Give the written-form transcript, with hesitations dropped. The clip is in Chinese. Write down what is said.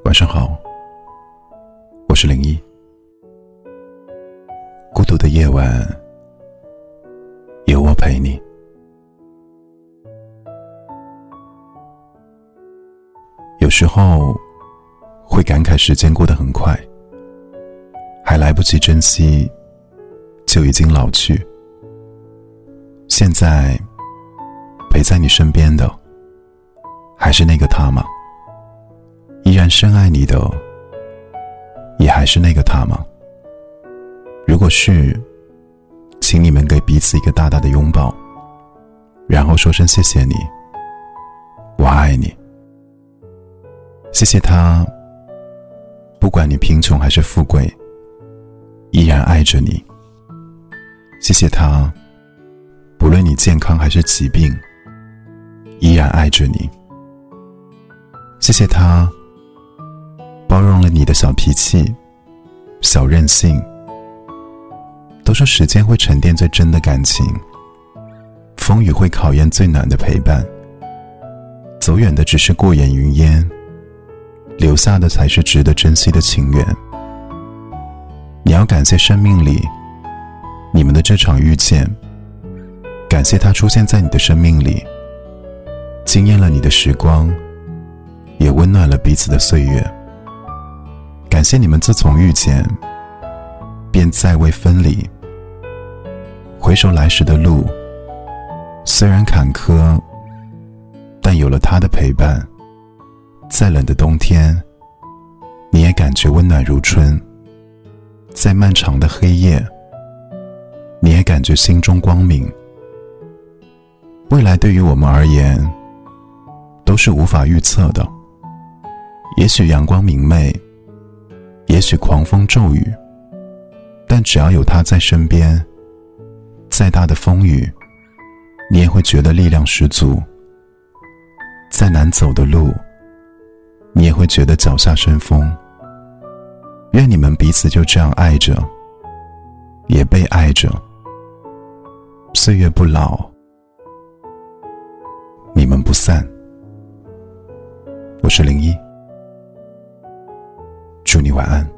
晚上好，我是林一。孤独的夜晚，有我陪你。有时候会感慨时间过得很快，还来不及珍惜，就已经老去。现在陪在你身边的，还是那个他吗？依然深爱你的，也还是那个他吗？如果是，请你们给彼此一个大大的拥抱，然后说声谢谢你，我爱你。谢谢他，不管你贫穷还是富贵，依然爱着你。谢谢他，不论你健康还是疾病，依然爱着你。谢谢他，包容了你的小脾气、小任性。都说时间会沉淀最真的感情，风雨会考验最暖的陪伴。走远的只是过眼云烟，留下的才是值得珍惜的情缘。你要感谢生命里你们的这场遇见，感谢他出现在你的生命里，惊艳了你的时光，也温暖了彼此的岁月。感谢你们自从遇见便再未分离。回首来时的路，虽然坎坷，但有了他的陪伴，再冷的冬天，你也感觉温暖如春；再漫长的黑夜，你也感觉心中光明。未来对于我们而言，都是无法预测的。也许阳光明媚，也许狂风骤雨，但只要有他在身边，再大的风雨，你也会觉得力量十足；再难走的路，你也会觉得脚下生风。愿你们彼此就这样爱着，也被爱着，岁月不老，你们不散。我是林一，祝你晚安。